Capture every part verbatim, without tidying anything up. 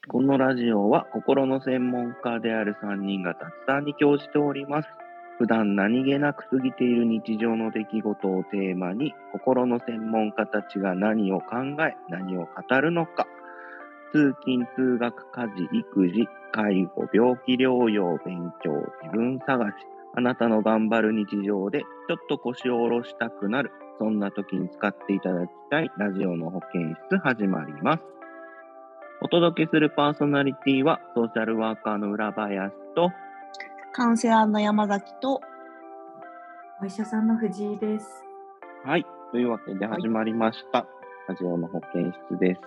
このラジオは心の専門家であるさんにんが雑談に興じております。普段何気なく過ぎている日常の出来事をテーマに、心の専門家たちが何を考え、何を語るのか。通勤、通学、家事、育児、介護、病気療養、勉強、自分探し、あなたの頑張る日常でちょっと腰を下ろしたくなる、そんな時に使っていただきたいラジオの保健室始まります。お届けするパーソナリティはソーシャルワーカーの浦林とカウンセラーの山崎とお医者さんの藤井です。 はい、というわけで始まりました、はい、ラジオの保健室です。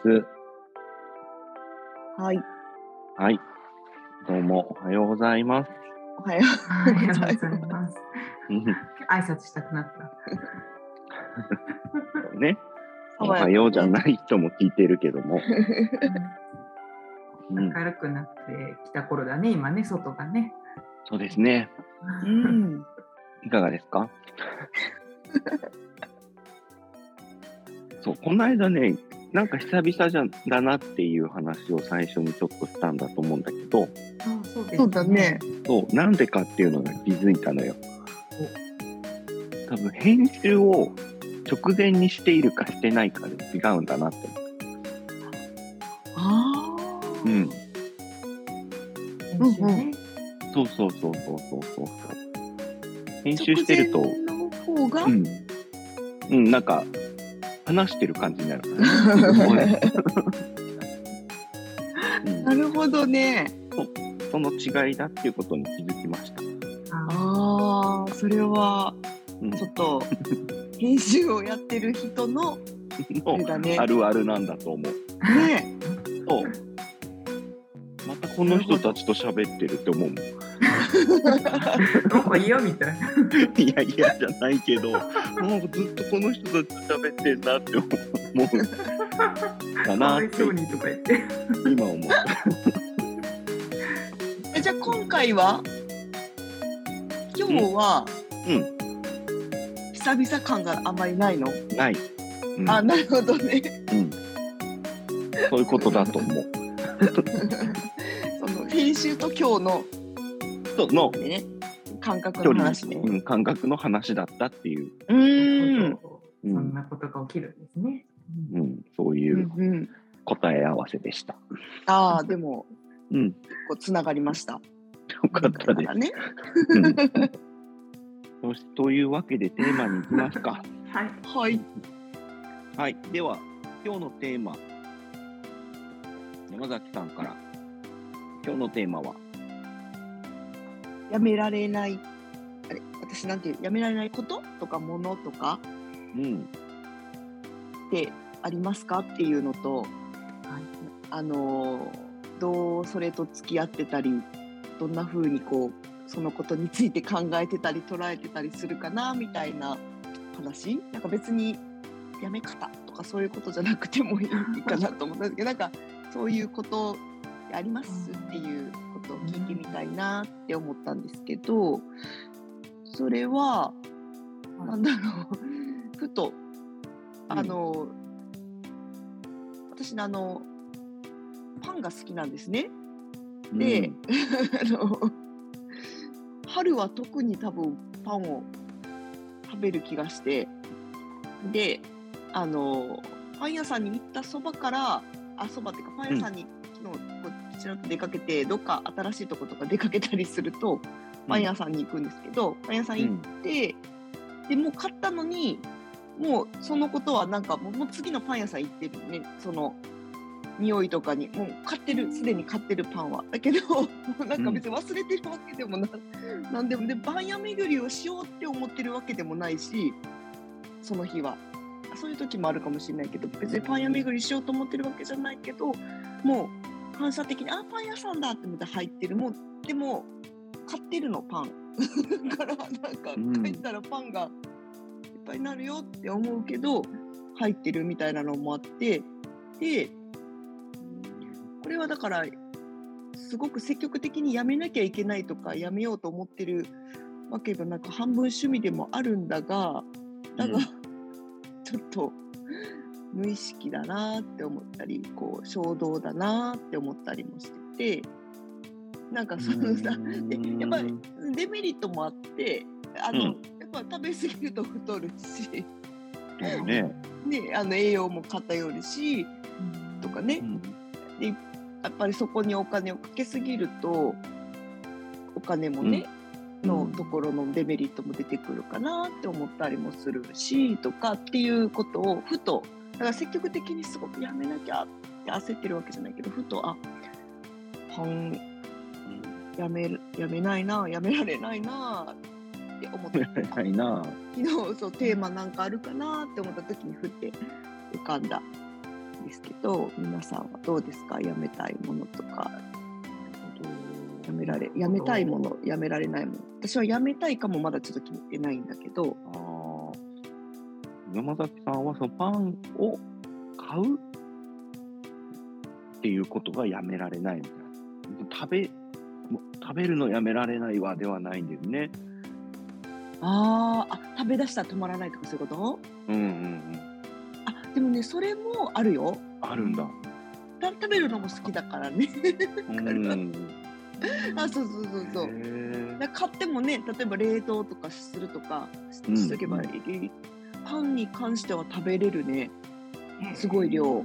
はいはい、どうもおはようございます。 おはようございます挨拶したくなったね、おはようじゃない人も聞いてるけども明るくなってきた頃だね、今ね、外がね。 そうですね。 うん、 いかがですか？そう、この間ね、なんか久々じゃだなっていう話を最初にちょっとしたんだと思うんだけど、 あ、そうですね。 そうだね。 そう、なんでかっていうのが気づいたのよ。多分編集を直前にしているかしてないかで違うんだなって思って。 あうん。 編集ね。 そうそうそうそうそうそう。編集してると、 直前の方が、 うん、うん、なんか話してる感じになるからね。うん、 なるほどね。 その違いだっていうことに気づきました。 ああ、それはちょっと編集をやってる人のあれだね。 あるあるなんだと思う。 ね。 そう。またこの人たちと喋ってるって思うもん。 なんか嫌みたいな。 いやいやじゃないけど、もうずっとこの人たちと喋ってんなって思う。かなって。 かわいそうにとか言って。 今思う。 え、じゃあ今回は今日は、うん、久々感があんまりないの？ ない。 うん、あ、なるほどね。 うん。そういうことだと思う。 その編集と今日のの、 ね、感覚の話ね、 うん、感覚の話だったっていう。 うーん。 そんなことが起きるんですね。 うん、うん、そういう答え合わせでした。 うんうん、ああ、でも、 うん、 こうつながりました。 よかったです。ね。うん、というわけでテーマに行きますか。 はい。 はい。 はい。では今日のテーマ、山崎さんから。今日のテーマはやめられない、あれ、私なんていう、やめられないこととかものとか、うん、ってありますかっていうのと、はい、あのどうそれと付き合ってたり、どんな風にこうそのことについて考えてたり捉えてたりするかなみたいな話。なんか別にやめ方とかそういうことじゃなくてもいいかなと思ったんですけど、なんかそういうことありますっていうことを聞いてみたいなって思ったんですけど、それはなんだろう、ふとあの、うん、私のあのパンが好きなんですね。で、うん、あの春は特に多分パンを食べる気がして、で、あのパン屋さんに行ったそばから、あ、そばっていうかパン屋さんに、うん、昨日ちらっと出かけて、どっか新しいとことか出かけたりすると、パン屋さんに行くんですけど、うん、パン屋さん行って、うん、でもう買ったのに、もうそのことはなんかもう次のパン屋さん行ってるね、その匂いとかにもう買ってる、すでに買ってるパンはだけど、もうなんか別に忘れてるわけでもな、うん、なんでもでパン屋巡りをしようって思ってるわけでもないし、その日はそういう時もあるかもしれないけど、別にパン屋巡りしようと思ってるわけじゃないけど、もう反射的にあパン屋さんだって思って入ってる。もうでも買ってるのパンだからなんか帰ったらパンがいっぱいになるよって思うけど入ってるみたいなのもあって、でこれはだからすごく積極的にやめなきゃいけないとかやめようと思ってるわけがなく、半分趣味でもあるんだがだが、うん、ちょっと無意識だなって思ったり、こう衝動だなって思ったりもしてて、なんかそのさ、でやっぱりデメリットもあって、あの、うん、やっぱ食べ過ぎると太るし、 ね、 ね、あの栄養も偏るし、とかね、うん、でやっぱりそこにお金をかけすぎるとお金もね、うん、のところのデメリットも出てくるかなって思ったりもするしとかっていうことをふと、だから積極的にすごくやめなきゃって焦ってるわけじゃないけど、ふとあパンやめやめないな、やめられないなって思ってないな昨日そうテーマなんかあるかなって思った時にふって浮かんだんですけど、皆さんはどうですか？やめたいものとか、やめられやめたいもの、やめられないもの。私はやめたいかもまだちょっと決めてないんだけど、 あ山崎さんはそのパンを買うっていうことがやめられないみたいな、食べ食べるのやめられないわではないんですね。 ああ、食べ出したら止まらないとかそういうこと？ うんうんうん。 あ、でもね、それもあるよ。 あるんだ。 た食べるのも好きだからね。 うんあ、そうそうそうそう。だ買ってもね、例えば冷凍とかするとかしとけばいい、うん、パンに関しては食べれるね。すごい量。好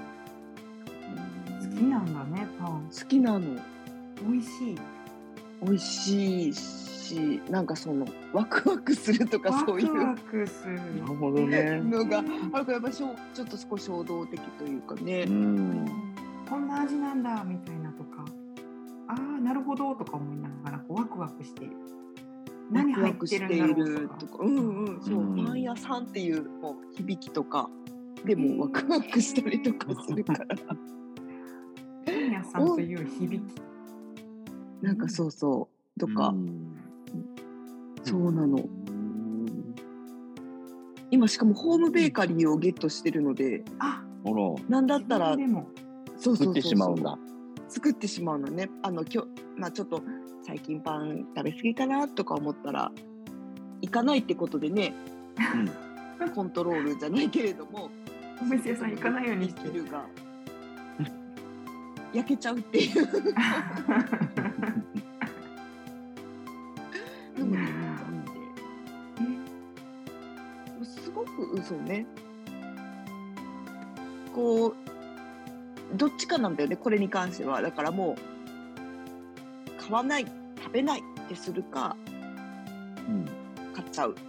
きなんだね、パン。 好きなの。 美味しい。 美味しいし、なんかそのワクワクするとかそういうワクワクする。なるほどね。 のがあるからやっぱりちょっと少し衝動的というかね。 うん。 こんな味なんだみたいなとか、ああなるほどとか思いながらこうワクワクしている。何入ってるんだろうとか。 うんうん、そう、うん、パン屋さんっていうもう響きとかでもワクワクしたりとかするから。 パン屋さんという響き。 なんかそうそうとか、うん、そうなの。今しかもホームベーカリーをゲットしてるので、 あ、 なんだったらそうそうそうそう作ってしまうんだ。 作ってしまうのね。あの今日まあちょっと最近パン食べ過ぎかなとか思ったら行かないってことでね、うん、コントロールじゃないけれども、 お店屋さん行かないようにしてるが焼けちゃうっていうのもすごく嘘ね。こうどっちかなんだよね、これに関しては。だからもう買わない、食べないってするか、うん、買っちゃう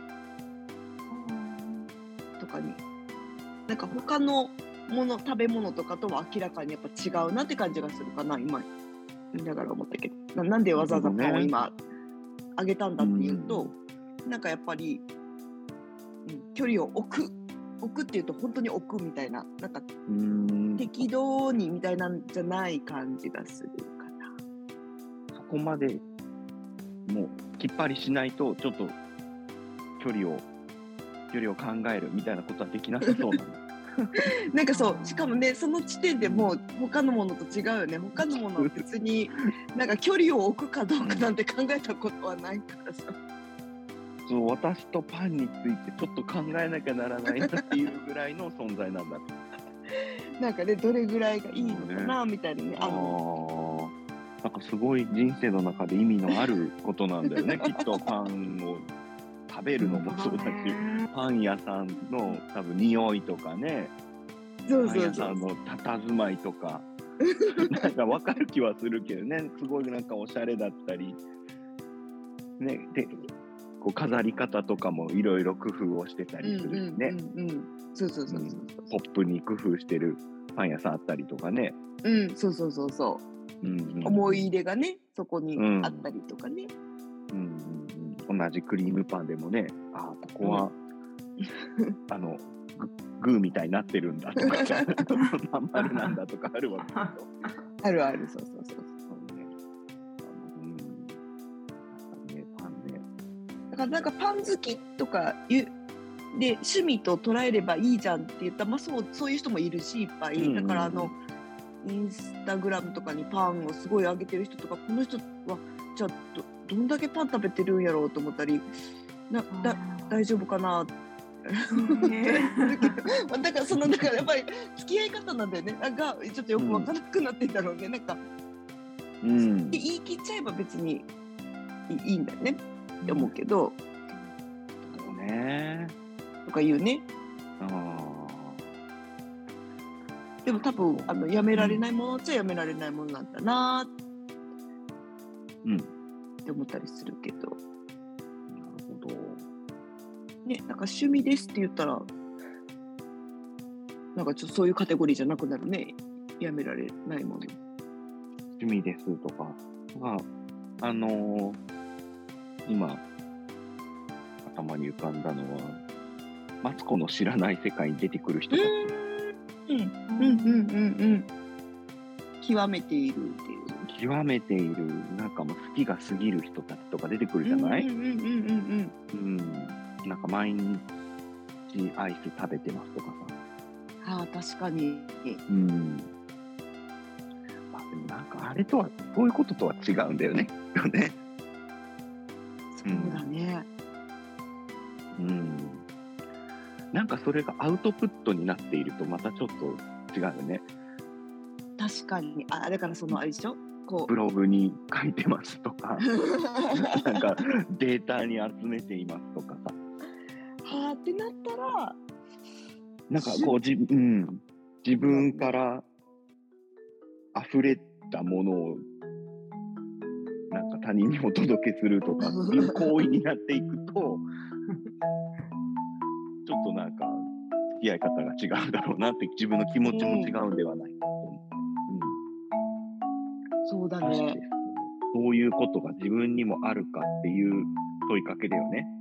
とかに、なんか他のもの食べ物とかとは明らかにやっぱ違うなって感じがするかな、今見ながら思ったけど。 な, なんでわざわざパンを今あげたんだっていうと、うん、なんかやっぱり、うん、距離を置く置くっていうと本当に置くみたいな、なんか適度にみたいなんじゃない感じがするかな。 そこまでもうきっぱりしないとちょっと距離を距離を考えるみたいなことはできなさそうなの。 なんかそう、しかもね、その時点でもう他のものと違うよね。他のものは別になんか距離を置くかどうかなんて考えたことはないからさ。 そう、私とパンについてちょっと考えなきゃならないなっていうぐらいの存在なんだ。 なんかね、どれぐらいがいいのかな、ね、みたいなね。 あのー、なんかすごい人生の中で意味のあることなんだよね。きっとパンを食べるのもそうだし、パン屋さんの多分匂いとかね、 そうそうそう、 パン屋さんの佇まいとか、なんか分かる気はするけどね、すごいなんかおしゃれだったり、ね、でこう飾り方とかもいろいろ工夫をしてたりするしね。 そうそうそうそう。 ポップに工夫してるパン屋さんあったりとかね。 うん、そうそうそうそう。うんうん、思い入れがね、そこにあったりとかね。 うんうんうん、同じクリームパンでもね、あここは、うん、あのグーみたいになってるんだとか、まん丸なんだとかあるわけですよ。 あるある、そうそうそうそう。だからなんかパン好きとかいうで趣味と捉えればいいじゃんって言ったら、まあ、そう、そういう人もいるしいっぱい、だからあのインスタグラムとかにパンをすごい上げてる人とか、この人はじゃあ ど, どんだけパン食べてるんやろうと思ったり、なだ大丈夫かな、 ねだからそのだからやっぱり付き合い方なんだよね。なんかちょっとよく分からなくなってんだろうね。なんか、うん、で言い切っちゃえば別にいいんだよねって思うけど、 そうねとか言うね。 あでも多分あのやめられないものっちゃやめられないものなんだなって思ったりするけど。 なるほど。 ね、なんか趣味ですって言ったらなんかちょっとそういうカテゴリーじゃなくなるね。やめられないもの。 趣味ですとか、まあ、あのー、今頭に浮かんだのはマツコの知らない世界に出てくる人たち。 うんうんうんうんうん極めているっていう。 極めているなんかもう好きが過ぎる人たちとか出てくるじゃない？うんうんうんうんうん。なんか毎日アイス食べてますとかさ。ああ確かに。 うん。まあでもなんかあれとはそういうこととは違うんだよね。よね。 そうだね。 うん。うんなんかそれがアウトプットになっているとまたちょっと違うね。 確かに。あ、だからそのあれでしょこうブログに書いてますとかなんかデータに集めていますとかさ。 はあってなったらなんかこうじ、うん、自分から溢れたものをなんか他人にお届けするとかそういう行為になっていくとちょっとなんか付き合い方が違うだろうなって自分の気持ちも違うんではないかと思う、 うん、そうだね。 そういうことが自分にもあるかっていう問いかけだよね。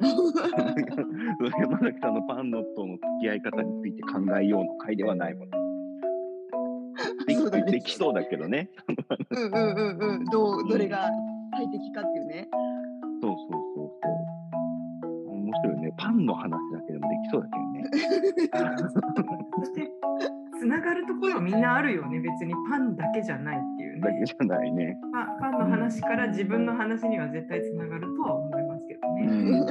山崎さんのパンノットの付き合い方について考えようの回ではないもんね。 そうだねできそうだけどね。 うんうんうんうん。どうどれが最適かっていうね。 そうそうそうそう。面白いね。パンの話だけでもできそうだけどね。 そしてつながるところみんなあるよね。別にパンだけじゃないっていうね。 だけじゃないね。 パ, パンの話から自分の話には絶対つながるとは思いますけどね。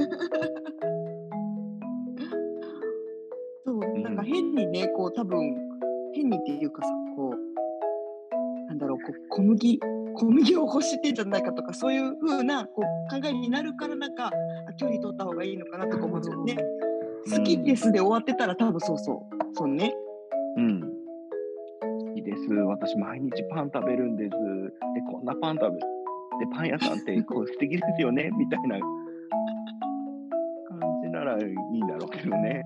うん、そうなんか変にねこう多分変にっていうかさこうなんだろうこう小麦小麦を欲してんじゃないかとかそういう風なこう考えになるからなんか距離取った方がいいのかなとか思っちゃうね。好きですで終わってたら多分そうそうそうね。 うん。好きです。私毎日パン食べるんです。でこんなパン食べでパン屋さんってこう素敵ですよねみたいな感じならいいんだろうけどね。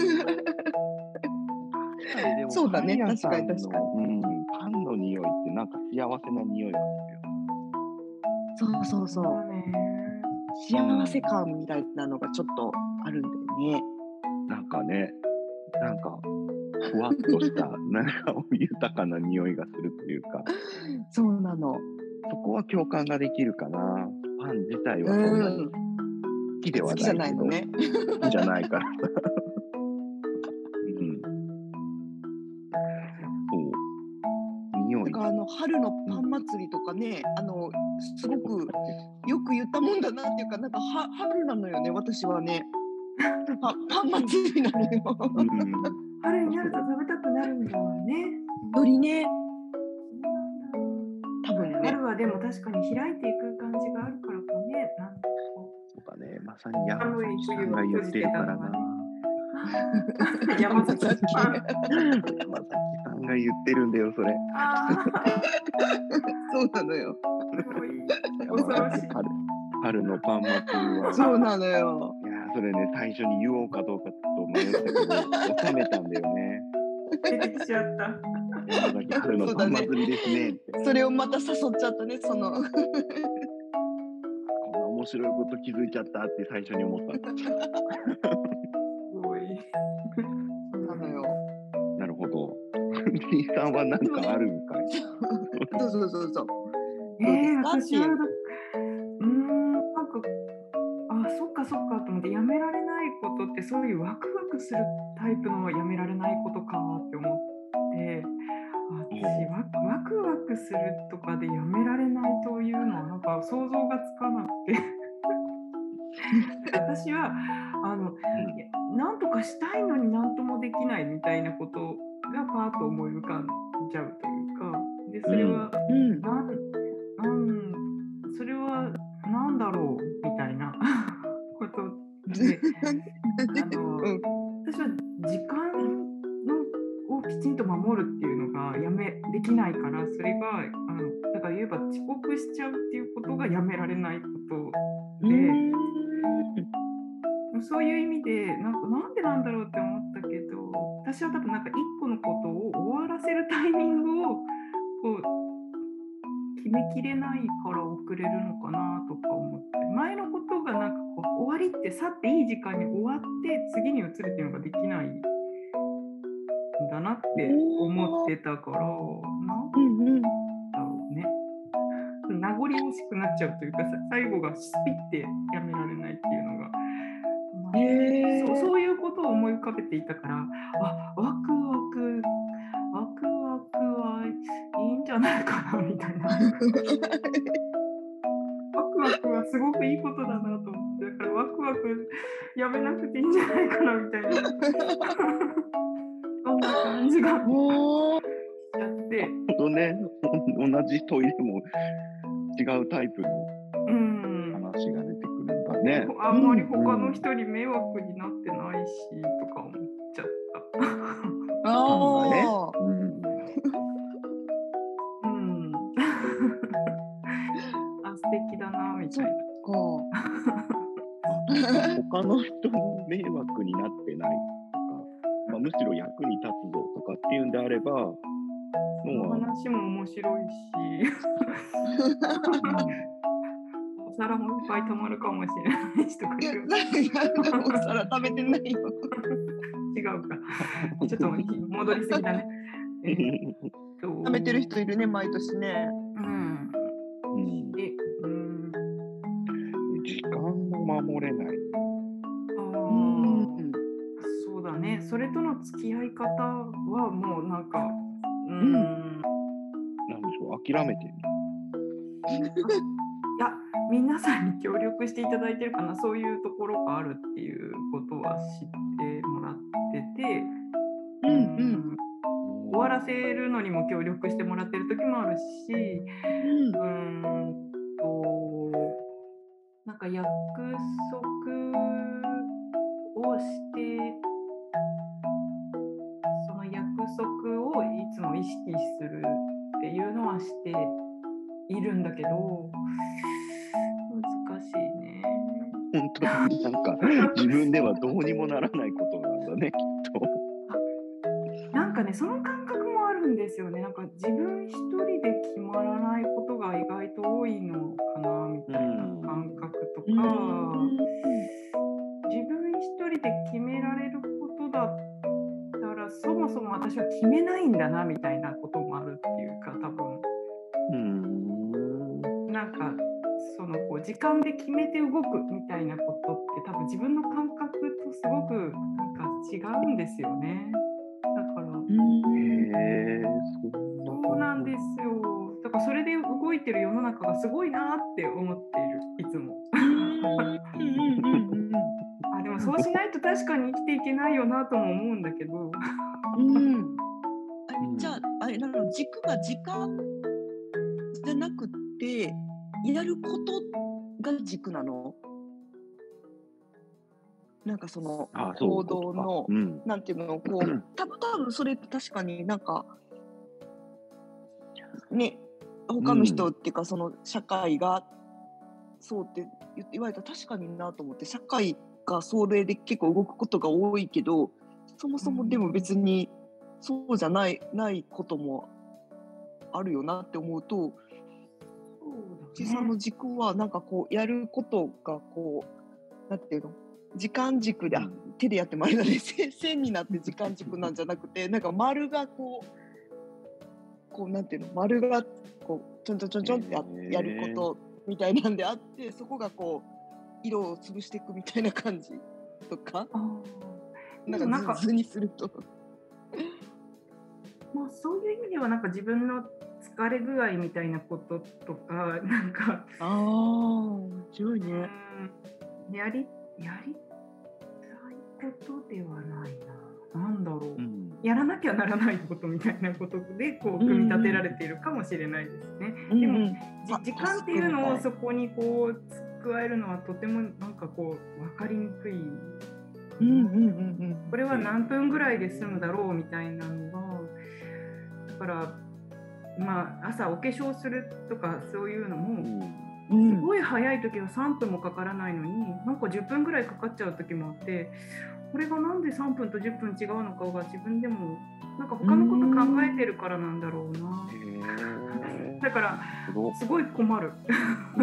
そうだね確かに確かに。 うん、パンの匂いってなんか幸せな匂いがするよ。 そうそうそう。幸せ感みたいなのがちょっとあるんだよね。 なんかね、なんかふわっとしたなんか豊かな匂いがするというか。 そうなの。 そこは共感ができるかな。パン自体はそんなに好きではないけど。好きじゃないのね。好きじゃないから。 だからあの春のパン祭りとかね、あのすごくよく言ったもんだなっていうか、なんかは春なのよね、私はね。パ, パン祭りなのよ。 うん、春になると食べたくなるんだよね。 よりね。多分ね。 春はでも確かに開いていく感じがあるからかね。なんかそうだね、まさに山崎さんが言ってるからな。 山崎さん。 山崎さんが言ってるんだよ、それ。 そうなのよ。 恐ろしい。 春, 春のパン祭りは。 そうなのよ。 いや、それね、最初に言おうかどうかと迷ったけど、収めたんだよね。 出てきちゃった。 山崎春のパン祭りですねって。 それをまた誘っちゃったね、その。 こんな面白いこと気づいちゃったって最初に思ったんです。 すごい。 そうなのよ。 なるほど。T さんは何かあるんかい？ そうそうそうそう。 えー、私はうーんなんかあそっかそっかと思ってやめられないことってそういうワクワクするタイプのやめられないことかって思って私ワクワクワクするとかでやめられないというのはなんか想像がつかなくて私はあの、うん、なんとかしたいのになんともできないみたいなことがパーッと思い浮かんじゃうというか、でそれは、うん、なん、なんそれはなんだろうみたいなことで、あの、うん、私は時間のをきちんと守るっていうのがやめできないから、それがあのだから言えば遅刻しちゃうっていうことがやめられないことで、そういう意味でなんかなんでなんだろうって思ったけど、私は多分なんか一個のことを終わらせるタイミングをこう決めきれないから遅れるのかなとか思って、前のことがなんかこう終わりって去っていい時間に終わって次に移るっていうのができないんだなって思ってたから、なんだろうね、名残惜しくなっちゃうというか、最後がスピッてやめられないっていうのが、まあえー、そう、そういうことを思い浮かべていたから、あ、ワクワクワクワクはいいんじゃないかなみたいなワクワクはすごくいいことだなと思って、だからワクワクやめなくていいんじゃないかなみたいなそんな感じがしちゃって、 本当ね、同じトイレも違うタイプの話が出てくるんだね。 うん、あんまり他の人に迷惑になってないし、うん、とか思っちゃった。 ああ、ね、うん、 うん、あ、素敵だなみたいな。 他の人に迷惑になってないとか、まあ、むしろ役に立つぞとかっていうんであれば、もう話も面白いし、お皿もいっぱい溜まるかもしれないしとか言う。 お皿食べてないよ。 違うか。ちょっと戻りすぎだね。えー、 食べてる人いるね、毎年ね。 うん。え、うん。 時間も守れない。 ああ、うん、そうだね。それとの付き合い方はもうなんか、うん、うん、 なんでしょう、諦めてる。 いや、皆さんに協力していただいてるかな、そういうところがあるっていうことは知ってもらってて、うんうん、終わらせるのにも協力してもらってる時もあるし、うん、うんとなんか約束をしてその約束をいつも意識するっていうのはしているんだけど、難しいね。 本当になんか自分ではどうにもならないことなんだね、きっと。 なんかね、その感覚もあるんですよね。なんか自分一人で決まらないことが意外と多いのかなみたいな感覚とか、自分一人で決められることだったらそもそも私は決めないんだなみたいなこともあるっていうか、多分。うーん、なんかそのこう時間で決めて動くみたいなことって多分自分の感覚とすごくなんか違うんですよね。だから、へえ、 そうなんですよ。だからそれで動いてる世の中がすごいなって思っている、いつも。あ、でもそうしないと確かに生きていけないよなとも思うんだけど。 うん、じゃああれなの、軸が時間じゃなくてやることが軸なの？なんかその行動の、うん、なんていうの、こう多分多分それって確かになんかね、他の人っていうか、その社会がそうって言われたら確かになと思って、社会がそれで結構動くことが多いけど、そもそもでも別にそうじゃないないこともあるよなって思うと、実際の軸はなんかこうやることがこうなんていうの、時間軸で、あ、手でやってもあれだね、線になって時間軸なんじゃなくて、なんか丸がこうこうなんていうの、丸がこうちょんちょんちょんちょんって や, やることみたいなんであって、そこがこう色を潰していくみたいな感じとか、なんか図にするとまあそういう意味ではなんか自分の疲れ具合みたいなこととか、なんかああ面白いね、 うん、やりやりたいことではないな。なんだろう、うん、やらなきゃならないことみたいなことでこう組み立てられているかもしれないですね。うん、でも、うん、時間っていうのをそこにこう加えるのはとてもなんかこう分かりにくい。うんうんうんうん、これは何分ぐらいで済むだろうみたいなのが、だからまあ朝お化粧するとかそういうのも、うん、すごい早い時はさんぷんもかからないのになんかじゅっぷんぐらいかかっちゃう時もあって、これがなんでさんぷんとじゅっぷん違うのかが自分でもなんか他のこと考えてるからなんだろうな。だからすごい困る。 うん、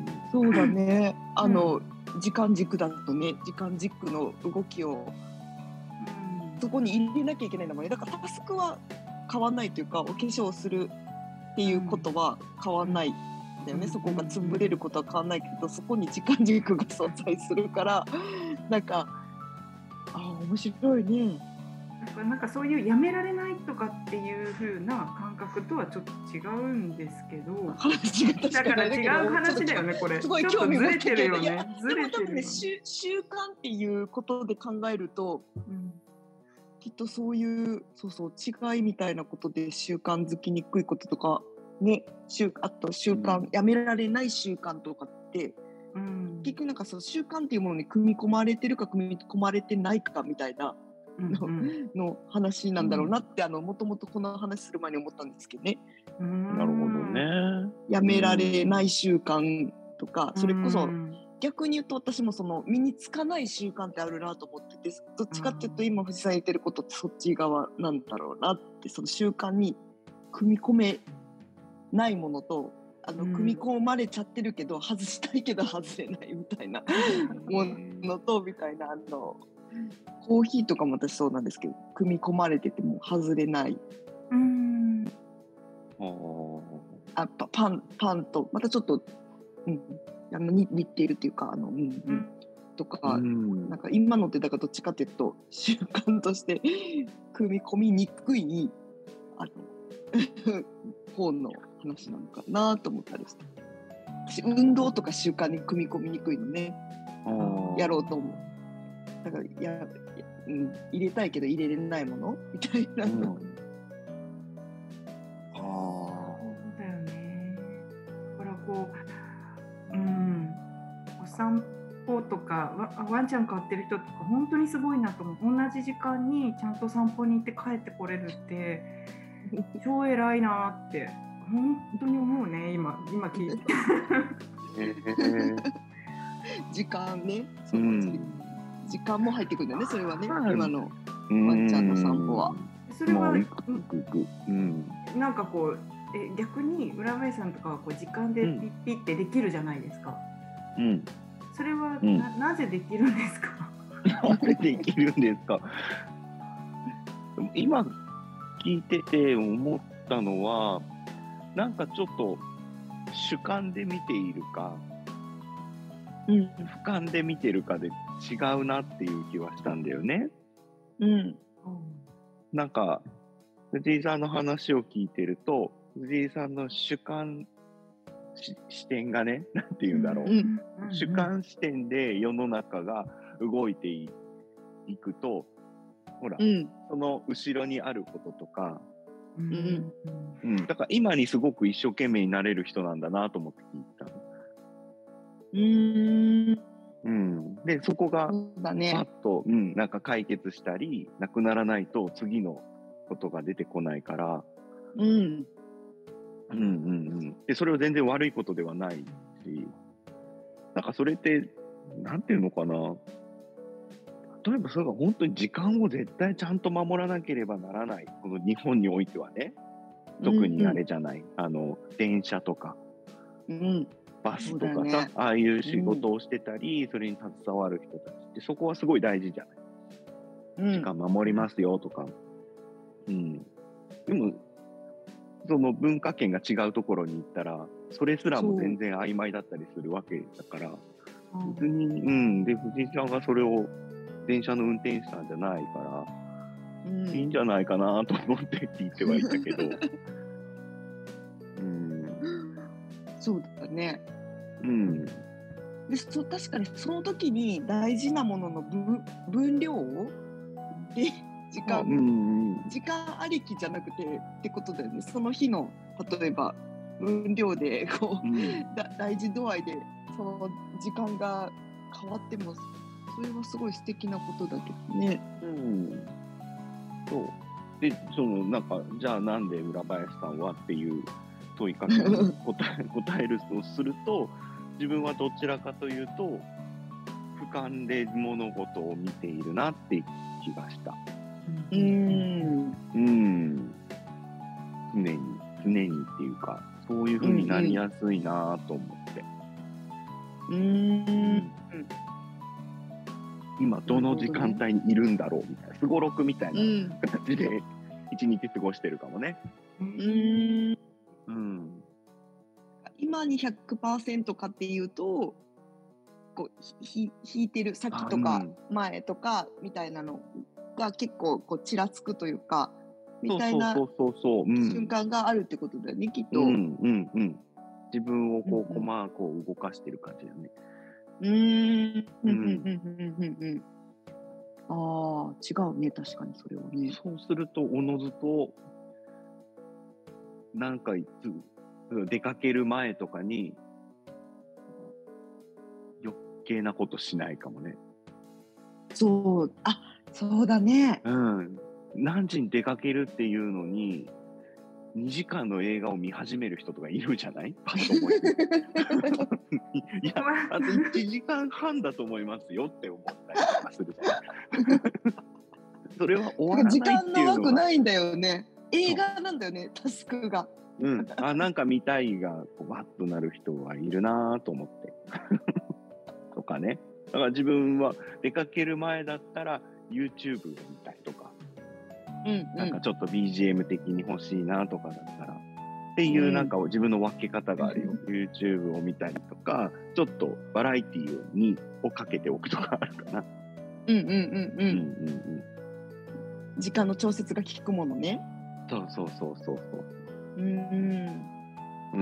そうだね。あの、うん、時間軸だとね、時間軸の動きを、うん、そこに入れなきゃいけないんだもんね。だからタスクは変わんないというか、お化粧するっていうことは変わんないんだよね。うん、そこが潰れることは変わんないけど、そこに時間軸が存在するから、なんかあ面白いね。 なんかそういうやめられないとかっていう風な感覚とはちょっと違うんですけど、だから違う話だよねこれ。 すごい興味持ってるよね。ずれてるよね。習慣っていうことで考えると、うん、きっとそういうそうそう違いみたいなことで習慣づきにくいこととかね、あと習慣、うん、やめられない習慣とかって、うん、結局なんかその習慣っていうものに組み込まれてるか組み込まれてないかみたいな。の, の話なんだろうなって、うん、あのもともとこの話する前に思ったんですけどね。 うーん、なるほどね。 やめられない習慣とか、それこそ逆に言うと私もその身につかない習慣ってあるなと思ってて、どっちかっていうと今藤さん言ってることってそっち側なんだろうなって、その習慣に組み込めないものと、あの組み込まれちゃってるけど外したいけど外れないみたいなものとみたいな、あのコーヒーとかも私そうなんですけど、組み込まれてても外れない。うーん。あ、パンパンとまたちょっと、うん、あの似ているっていうか、あの、うんうん、とか、なんか今のってだからどっちかっていうと習慣として組み込みにくいあの方の話なのかなと思ったりして。私運動とか習慣に組み込みにくいのね。やろうと思う。だからやや、うん、入れたいけど入れれないものみたいなの、うん、 あそうだよね。だからこう、うん、お散歩とか ワ, ワンちゃん飼ってる人とか本当にすごいなと思う。同じ時間にちゃんと散歩に行って帰ってこれるって超偉いなって本当に思うね。今今聞いて時間ね、そう、うん時間も入ってくるんだよね、それはね、今のワンちゃんの散歩は。 それは、うん、なんかこうえ逆に浦林さんとかはこう時間でピッピッってできるじゃないですか。うん、それは な,、うん、なぜできるんですか？ なぜできるんですか？今聞いてて思ったのは、なんかちょっと主観で見ているか、うん、俯瞰で見てるかで違うなっていう気はしたんだよね。うん。なんか藤井さんの話を聞いてると、藤井さんの主観視点がね、なんて言うんだろう、うんうん、主観視点で世の中が動いていくと、ほら、うん、その後ろにあることとか、うんうん、だから今にすごく一生懸命になれる人なんだなと思って聞いたの。うーんうん、でそこがパッと、うん、なんか解決したりなくならないと次のことが出てこないから、うん、うんうんうんでそれは全然悪いことではないし、なんかそれってなんていうのかな、例えばそれが本当に時間を絶対ちゃんと守らなければならない、この日本においてはね、特にあれじゃない、うんうん、あの電車とか、うんバスとかさ、ね、ああいう仕事をしてたり、うん、それに携わる人たちってそこはすごい大事じゃない、うん、時間守りますよとか、うん、でもその文化圏が違うところに行ったらそれすらも全然曖昧だったりするわけだから、別に、うん、で藤井ちゃんがそれを電車の運転手さんじゃないから、うん、いいんじゃないかなと思って聞いてはいたけど、 うん、そうだね。 うん、 でそ確かにその時に大事なものの 分, 分量をで時間、 うんうん、 時間ありきじゃなくてってことだよね。その日の例えば分量でこう、うん、だ大事度合いでその時間が変わってもそれはすごい素敵なことだけどね。 うん、そうでそのなんかじゃあなんで浦林さんはっていう問いかけに答え答えるとすると、自分はどちらかというと俯瞰で物事を見ているなって気がした。 うーん、 うん、常に常にっていうかそういう風になりやすいなと思って。 うん、うん、 今どの時間帯にいるんだろうみたいなすごろくみたいな形で一日過ごしてるかもね。 うん、 うん、 今に ひゃくパーセント かっていうとこうひ引いてる先とか前とかみたいなのが結構こうちらつくというかみたいな瞬間があるってことだよね、きっと。 うんうんうん、自分をこうコマこう動かしてる感じだよね。 うーん、うんうんうんうんうん、ああ違うね、確かにそれはね。 そうするとおのずとなんかいつ出かける前とかに余計なことしないかもね。 そう、あ、そうだね。 うん。何時に出かけるっていうのににじかんの映画を見始める人とかいるじゃない？パッと思いいや、あといちじかんはんだと思いますよって思ったりとかするじゃない？それは終わらないっていうのは時間長くないんだよね。映画なんだよね、タスクが。 うん、あ、なんか見たいがこうバッとなる人はいるなと思ってとかね。だから自分は出かける前だったら YouTube を見たいとか、 うんうん、 なんかちょっと ビージーエム 的に欲しいなとかだったらっていうなんか自分の分け方があるよ、うん、YouTube を見たりとかちょっとバラエティーにをかけておくとかあるかな。 うんうんうんうん、うんうんうん、時間の調節が効くものね。 そうそうそうそうそう。 うんうん、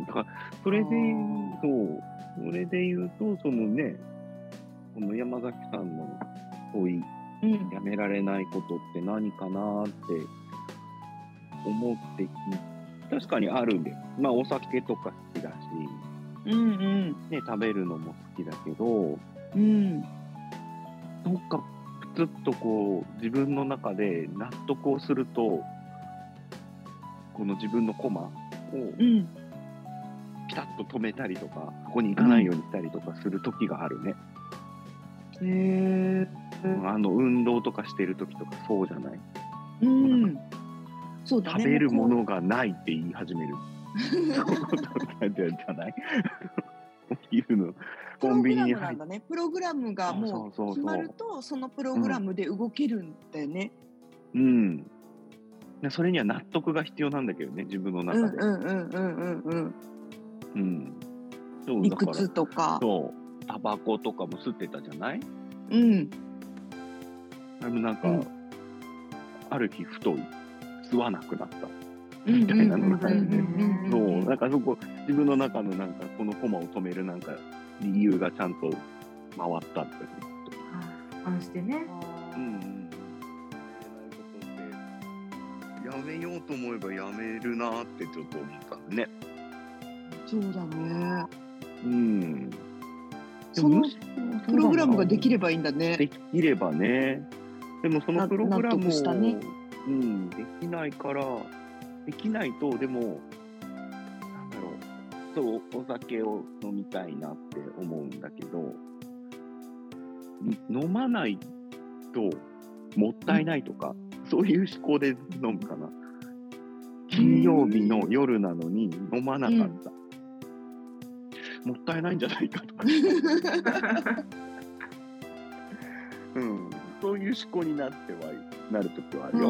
だからそれでそうそれで言うとそのねこの山崎さんの問い、うん、やめられないことって何かなって思って確かにあるんで、まあお酒とか好きだし、 うんうんね、食べるのも好きだけど、 うん、 なんかずっとこう自分の中で納得をするとこの自分のコマをピタッと止めたりとか、ここに行かないようにしたりとかする時があるね。 へー、 あの運動とかしてる時とかそうじゃない？ うん、そうだね。 食べるものがないって言い始める。じゃない？お昼のコンビニに入って、 ね、プログラムがもう決まるとそのプログラムで動けるんだよね。 うん。うんそれには納得が必要なんだけどね、自分の中で。 うんうんうんうんうんうん。 うん。 そう理屈とか。 そう。タバコとかも吸ってたじゃない？ うん。 あれもなんか、うん、ある日ふと吸わなくなったみたいなのがあるね。そう。なんかそこ自分の中のなんかこのコマを止めるなんか理由がちゃんと回ったんだよね。 俯瞰してね。 うん。やめようと思えばやめるなってちょっと思ったんね。 そうだね。 うん。 そのプログラムができればいいんだね。 できればね。でもそのプログラムを、 ね、 うん、できないからできないとでもなんだろうそうお酒を飲みたいなって思うんだけど飲まないともったいないとか。うんそういう思考で飲むかな。金曜日の夜なのに飲まなかった。うん、もったいないんじゃないかとか。うん、そういう思考になってはなるときはあるよ。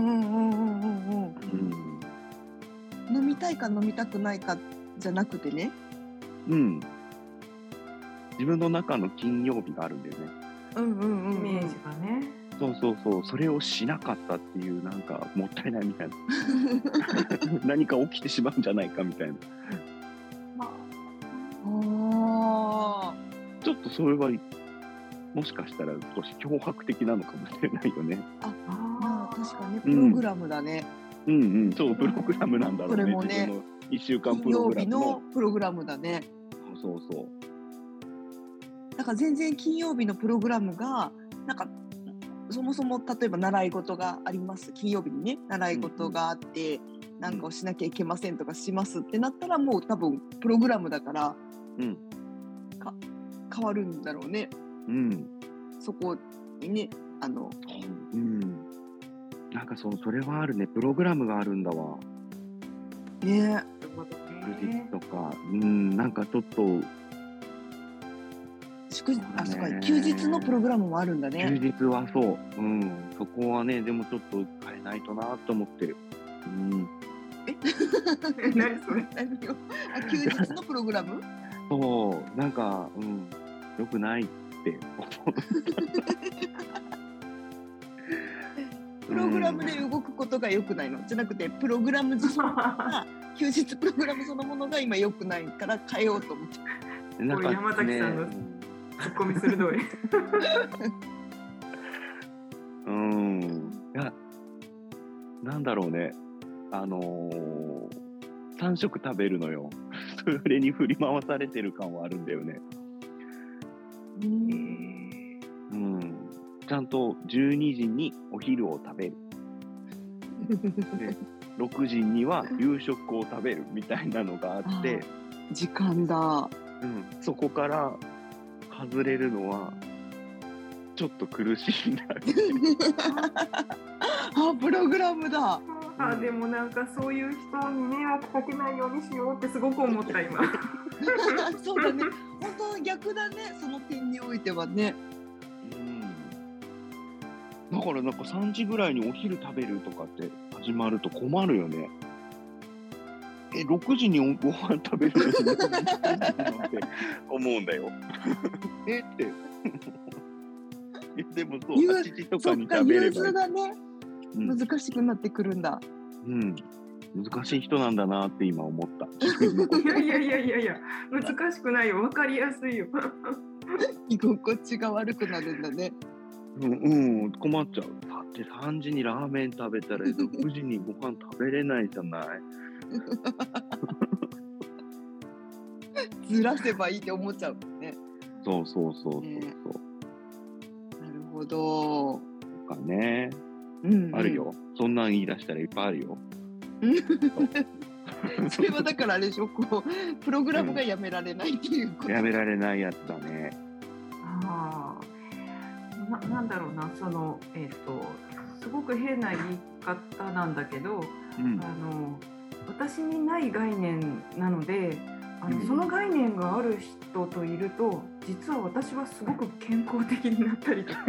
飲みたいか飲みたくないかじゃなくてね。 うん。自分の中の金曜日があるんだよね。 うんうんうん、 イメージがね。 そうそうそう、それをしなかったっていうなんかもったいないみたいな何か起きてしまうんじゃないかみたいな、まあ、ちょっっとそれはもしかしたら少し脅迫的なのかもしれないよね。 あ、まあ確かにプログラムだね。 うん、うんうん、そうプログラムなんだろうね。 それもね、 自分のいっしゅうかんプログラムの金曜日のプログラムだね。 そうそう。 だから全然金曜日のプログラムがなんかそもそも例えば習い事があります。金曜日にね習い事があって、うんうん、なんかをしなきゃいけませんとかしますってなったらもう多分プログラムだから、うん、か変わるんだろうね。うん、そこにねあの、 うん、なんかそそれはあるね。プログラムがあるんだわ。 ね。 祝日とか、うん、なんかちょっと祝日、あ、そうか、休日のプログラムもあるんだね。 休日はそう、うん、そこはね、でもちょっと変えないとなと思ってる。うん、 え、何それ？何よ？あ、休日のプログラム？ そう、なんか、うん、良くないって思う。 プログラムで動くことが良くないのじゃなくて、プログラム自身が休日プログラムそのものが今良くないから変えようと思って。 なんかね、山崎さんのツッコミ鋭い。 うん、いや、なんだろうね、あのー、さん食食べるのよ。それに振り回されてる感はあるんだよね。うん、うん、ちゃんとじゅうにじにお昼を食べる。でろくじには夕食を食べるみたいなのがあって、 時間だ。 うん、そこから外れるのはちょっと苦しいんだよね。 あ、プログラムだ。 あ、でもなんかそういう人に迷惑かけないようにしようってすごく思った今。 そうだね。本当逆だね。その点においてはね。 うん。だからなんかさんじぐらいにお昼食べるとかって始まると困るよね。え、ろくじにご飯食べるのにって思うんだよ。えって。でもそう、はちじとかに食べればいい。 融通がね、うん、難しくなってくるんだ。 うん。難しい人なんだなって今思った。 いやいやいやいやいや、難しくないよ。わかりやすいよ。 居心地が悪くなるんだね。 うん、うん、困っちゃう。だってさんじにラーメン食べたらろくじにご飯食べれないじゃない。 ずらせばいいって思っちゃうね。 そうそうそうそうそう、ね、 なるほど。 とかね、うんうん、あるよ。そんなん言い出したらいっぱいあるよ。 それはだからあれでしょ、こうプログラムがやめられないっていうこと、 うん、やめられないやつだね。 ああ、な、なんだろうな、そのえっとすごく変な言い方なんだけど、うん、あの私にない概念なので、あの、うん、その概念がある人といると、実は私はすごく健康的になったりとか、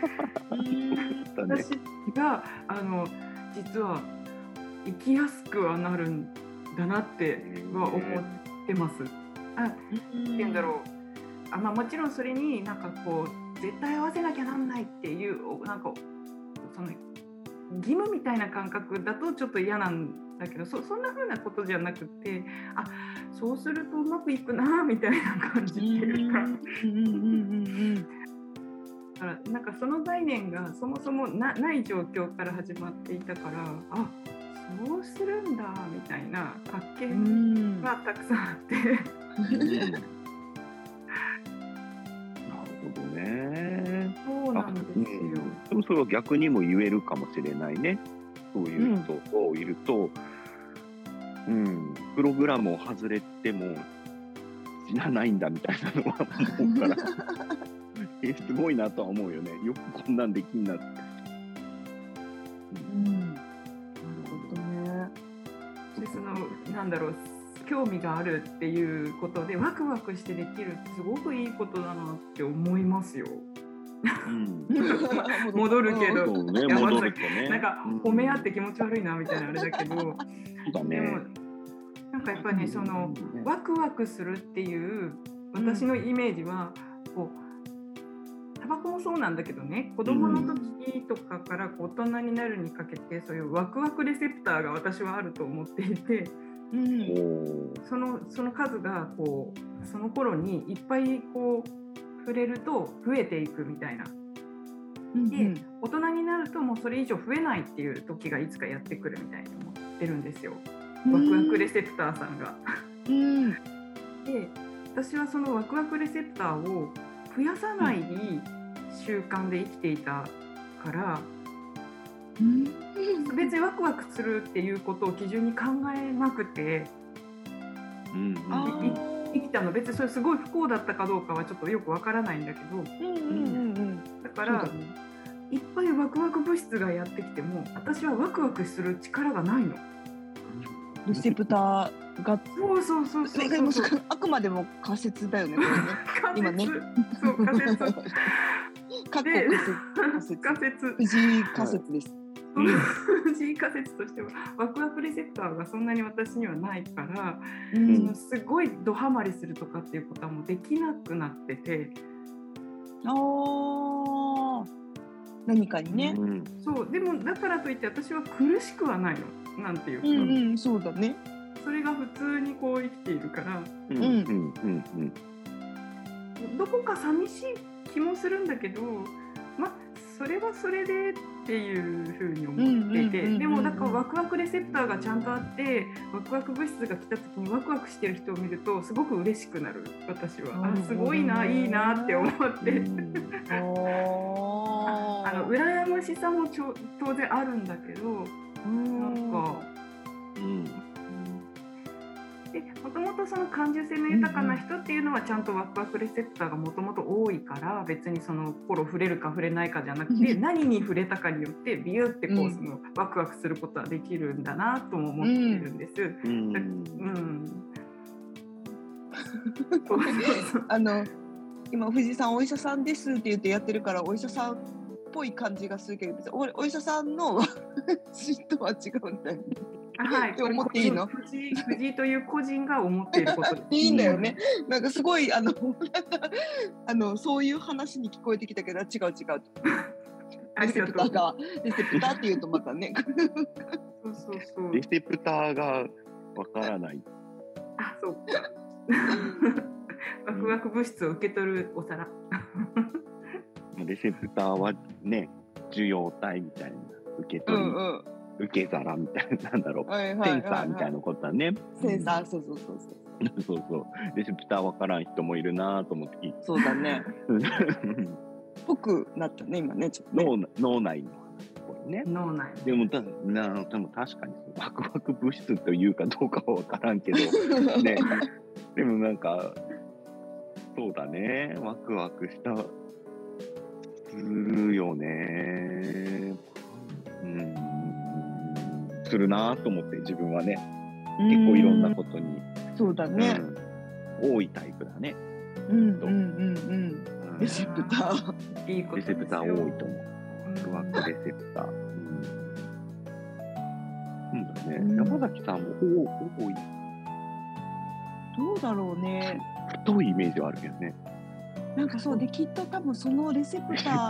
私があの実は生きやすくはなるんだなっては思ってます。あ、って言うんだろう。あ、まあ、もちろんそれになんかこう絶対合わせなきゃなんないっていうなんかその義務みたいな感覚だとちょっと嫌なんだけど、 そ, そんな風なことじゃなくて、あ、そうするとうまくいくなみたいな感じっていうか、だからなんかその概念がそもそも な, ない状況から始まっていたから、あ、そうするんだみたいな発見がたくさんあって。なるほどね。 そうなんですよ。うん、 でもそれは逆にも言えるかもしれないね。そういう人といると、うん、うん、プログラムを外れても死なないんだみたいなのは思うからえ、すごいなとは思うよね。よくこんなんできんなって。 うん、なるほどね。 で、そのなんだろう、興味があるっていうことでワクワクしてできるってすごくいいことだなって思いますよ。うん、戻るけど、 そうね、戻るとね、 なんか褒め合って気持ち悪いなみたいなあれだけど、 そうだね、 でもなんかやっぱりね、そのワクワクするっていう私のイメージは、こうタバコもそうなんだけどね、子供の時とかから大人になるにかけてそういうワクワクレセプターが私はあると思っていて、うん、そのその数がこうその頃にいっぱいこう触れると増えていくみたいな。で、うんうん、大人になるともうそれ以上増えないっていう時がいつかやってくるみたいに思ってるんですよ、ワクワクレセプターさんが。うん、で、私はそのワクワクレセプターを増やさない習慣で生きていたから、うん、別にワクワクするっていうことを基準に考えなくて、うん、生きたの。別にそれすごい不幸だったかどうかはちょっとよくわからないんだけど、うんうんうん、だからいっぱいワクワク物質がやってきても私はワクワクする力がないの。 レセプターがそうそうそうそうそうそう、 あくまでも仮説だよね、これね今ね。 そう仮説仮説仮説藤井仮説です。 藤井仮説としてはワクワクレセプターがそんなに私にはないから、うん、そのすごいドハマりするとかっていうことはもうできなくなってて、 あ何かにね、 うん、そうでもだからといって私は苦しくはないの、なんていうか、うんうん、そうだね、 それが普通にこう生きているから、うんうんうんうん、どこか寂しい気もするんだけど、まあそれはそれでっていうふうに思っていて、でもなんかワクワクレセプターがちゃんとあってワクワク物質が来た時にワクワクしてる人を見るとすごく嬉しくなる、私は。あ、すごいな、いいなって思ってああの羨ましさもちょ当然あるんだけど、なんか、うんもともとその感受性の豊かな人っていうのはちゃんとワクワクレセプターがもともと多いから、別にその心触れるか触れないかじゃなくて何に触れたかによってビューってこうそのワクワクすることはできるんだなとも思っているんです。うん、うんあの今藤井さんお医者さんですって言ってやってるからお医者さんっぽい感じがするけど、お, お医者さんの私とは違うんだよね。 はい、って思っていいの？藤井、藤井という個人が思っていることです。 いいんだよね。なんかすごいあのあのそういう話に聞こえてきたけど違う違う。レセプターがレセプターっていうとまたね。 そうそうそう。 レセプターがわからない。 あ、そうか。ワクワク物質を受け取るお皿。 レセプターはね、受容体みたいな受け取り。うんうん、受け皿みたいな、なんだろう、はいはいはいはい、センサーみたいなことだね。 センサー、そうそうそうそう。 そうそう。レセプターわからん人もいるなと思って聞いて。 そうだね。ぽくなったね、今ね、ちょっと、ね。 脳、脳内の話っぽいね。 脳内。 でも、たなでも確かにワクワク物質というかどうかはわからんけど、ね。でもなんか、そうだね。ワクワクしたするよね。うん。するなと思って自分はね、結構いろんなことにそうだね、 うん、多いタイプだね。 うんうんうんうん。レセプターいいことレセプター多いと思う。ワクワクレセプター。うん、うんだね。うん、山崎さんも多い。 どうだろうね。 太いイメージはあるけどね。 なんかそうできっと多分そのレセプター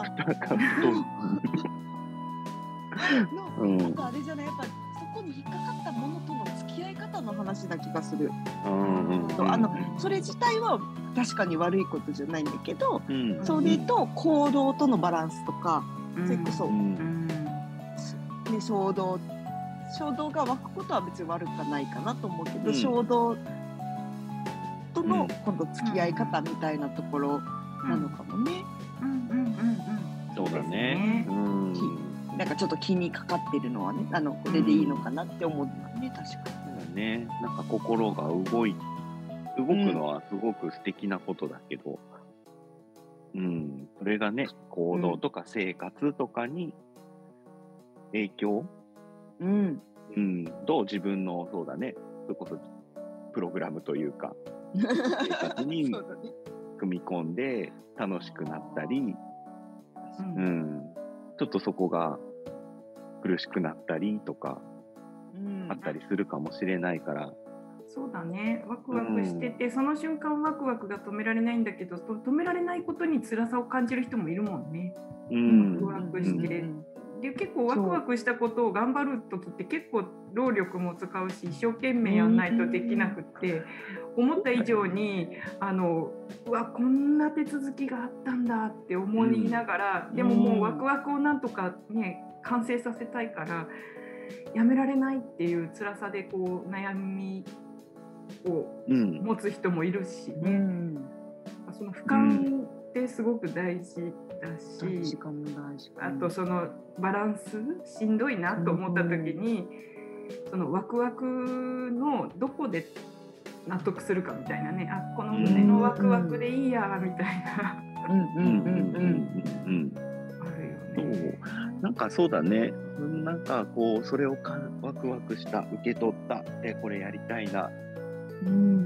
のなんかあれじゃないやっぱ。そこに引っかかったものとの付き合い方の話な気がする。うんうんうん、あのそれ自体は確かに悪いことじゃないんだけど、うん、それと行動とのバランスとか、うん、それこそ、うんね、衝動衝動が湧くことは別に悪くはないかなと思うけど、うん、衝動との今度付き合い方みたいなところなのかもね。 そうだね。うんなんかちょっと気にかかってるのはね、あのこれでいいのかなって思うのはね、確かに。 そうだね。なんか心が動い動くのはすごく素敵なことだけど、うん、うん、それがね行動とか生活とかに影響、うんうん、どう自分のそうだね、それこそプログラムというか生活に組み込んで楽しくなったり、うん。うんちょっとそこが苦しくなったりとか、うん、あったりするかもしれないから、 そうだね。ワクワクしてて、うん、その瞬間ワクワクが止められないんだけど、止められないことに辛さを感じる人もいるもんね。うん、ワクワクして、うん、 で結構ワクワクしたことを頑張る時って結構労力も使うし、一生懸命やんないとできなくって、思った以上にあのうわこんな手続きがあったんだって思いながら、でももうワクワクをなんとかね完成させたいからやめられないっていう辛さでこう悩みを持つ人もいるしね、うん、その俯瞰ってすごく大事だし、あとそのバランスしんどいなと思った時に、そのワクワクのどこで納得するかみたいなね、あこの胸のワクワクでいいやみたいなあるよね。 なんかそうだね、なんかこうそれをかワクワクした、受け取った、えこれやりたいな、うん、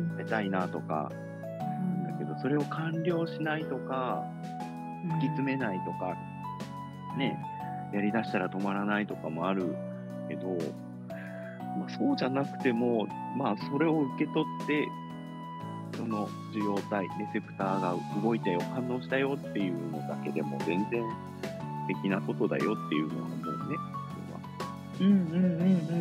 やりたいなとか、うん、だけどそれを完了しないとか、突き詰めないとか、ね、やりだしたら止まらないとかもあるけど、まあ、そうじゃなくても、まあそれを受け取ってその受容体、レセプターが動いたよ、反応したよっていうのだけでも全然素敵なことだよっていうのは思うね。 うんうんうんうん、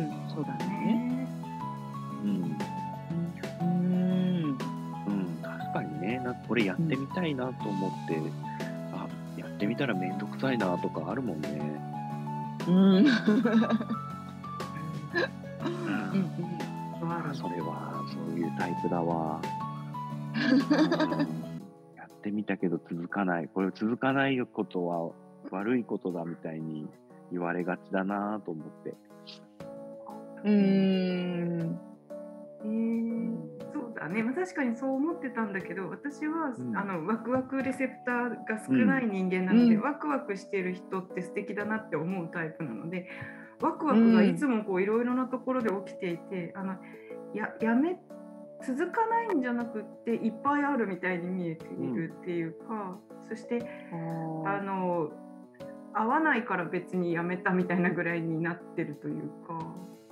そうだね。 うん。うん。うん、確かにね、なんかこれやってみたいなと思って、うん、あ、やってみたらめんどくさいなとかあるもんね。うん。うん、それはそういうタイプだわ。やってみたけど続かない。これ続かないことは悪いことだみたいに言われがちだなと思って。 うーん。 えー、そうだね、まあ、確かにそう思ってたんだけど、私は、うん、あのワクワクレセプターが少ない人間なので、うん、ワクワクしてる人って素敵だなって思うタイプなので、ワクワクがいつもこういろいろなところで起きていて、あの や, やめ続かないんじゃなくっていっぱいあるみたいに見えているっていうか、うん、そしてあの合わないから別にやめたみたいなぐらいになってるというか、うん、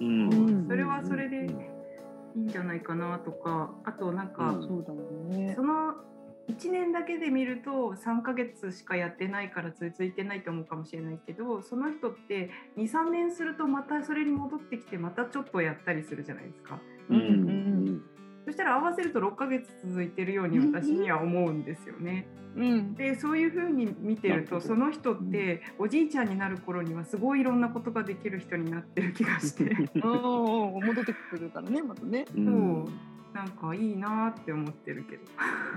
それはそれでいいんじゃないかなとか、あとなんか、うん、そうだね、そのいちねんだけで見るとさんかげつしかやってないから続いてないと思うかもしれないけど、その人って にさんねんするとまたそれに戻ってきてまたちょっとやったりするじゃないですか、うんうん、そしたら合わせるとろっかげつ続いてるように私には思うんですよね、うん、でそういう風に見てるとその人っておじいちゃんになる頃にはすごいいろんなことができる人になってる気がして戻ってくるからね、またね、 そう、なんかいいなって思ってるけど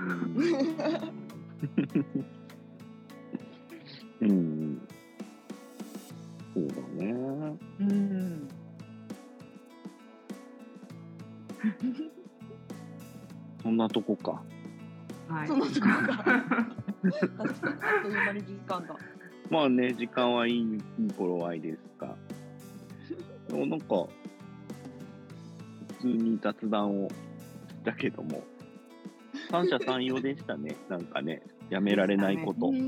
うん、そうだね、うん、そんなとこか。 はい。そんなとこか。あっという間に時間が。 まあね、時間はいい、いい頃合いですが。でもなんか、普通に雑談をしたけども、三者三様でしたね。なんかね、やめられないこと。ね、うん。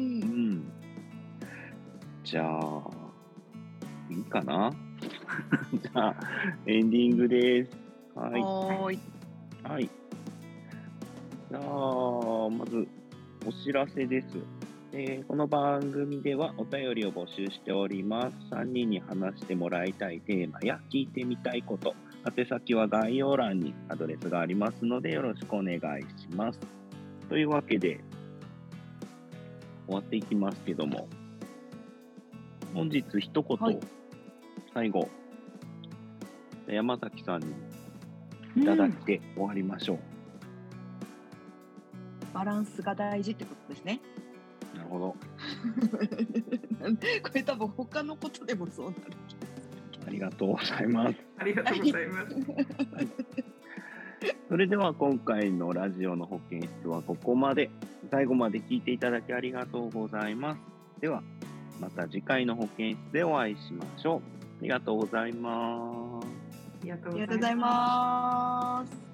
じゃあ、いいかなじゃあ、エンディングです。はい。はい。はい。じゃあ、まず、お知らせです。えー、この番組ではお便りを募集しております。さんにんに話してもらいたいテーマや聞いてみたいこと、宛先は概要欄にアドレスがありますのでよろしくお願いします。というわけで、終わっていきますけども、本日一言、はい、最後、山崎さんにいただいて終わりましょう。 うん、バランスが大事ってことですね。 なるほど。これ多分他のことでもそうなる。 ありがとうございます。 ありがとうございます。 はい、それでは今回のラジオの保健室はここまで。最後まで聞いていただきありがとうございます。ではまた次回の保健室でお会いしましょう。ありがとうございます。 ありがとうございます。